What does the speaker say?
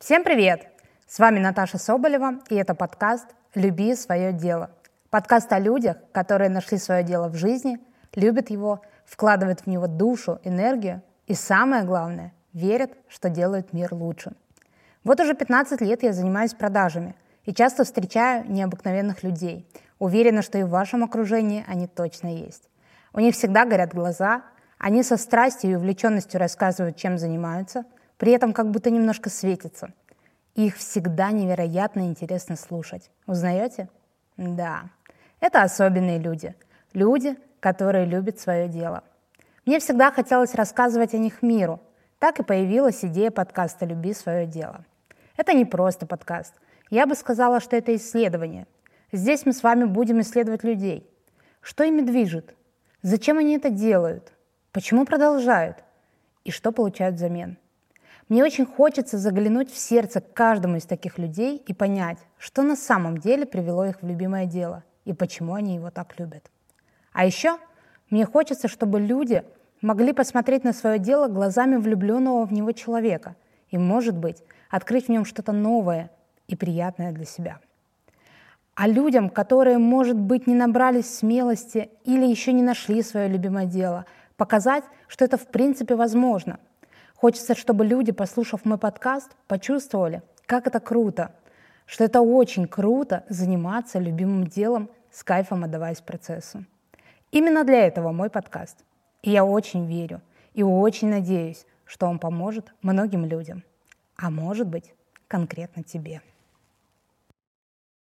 Всем привет! С вами Наташа Соболева, и это подкаст «Люби свое дело». Подкаст о людях, которые нашли свое дело в жизни, любят его, вкладывают в него душу, энергию и, самое главное, верят, что делают мир лучше. Вот уже 15 лет я занимаюсь продажами и часто встречаю необыкновенных людей. Уверена, что и в вашем окружении они точно есть. У них всегда горят глаза, они со страстью и увлеченностью рассказывают, чем занимаются, при этом как будто немножко светятся. И их всегда невероятно интересно слушать. Узнаете? Да, это особенные люди. Люди, которые любят свое дело. Мне всегда хотелось рассказывать о них миру. Так и появилась идея подкаста «Люби свое дело». Это не просто подкаст. Я бы сказала, что это исследование. Здесь мы с вами будем исследовать людей. Что ими движет? Зачем они это делают? Почему продолжают? И что получают взамен? Мне очень хочется заглянуть в сердце каждому из таких людей и понять, что на самом деле привело их в любимое дело и почему они его так любят. А еще мне хочется, чтобы люди могли посмотреть на свое дело глазами влюбленного в него человека и, может быть, открыть в нем что-то новое и приятное для себя. А людям, которые, может быть, не набрались смелости или еще не нашли свое любимое дело, показать, что это в принципе возможно. Хочется, чтобы люди, послушав мой подкаст, почувствовали, как это круто, что это очень круто заниматься любимым делом, с кайфом отдаваясь процессу. Именно для этого мой подкаст. И я очень верю и очень надеюсь, что он поможет многим людям. А может быть, конкретно тебе.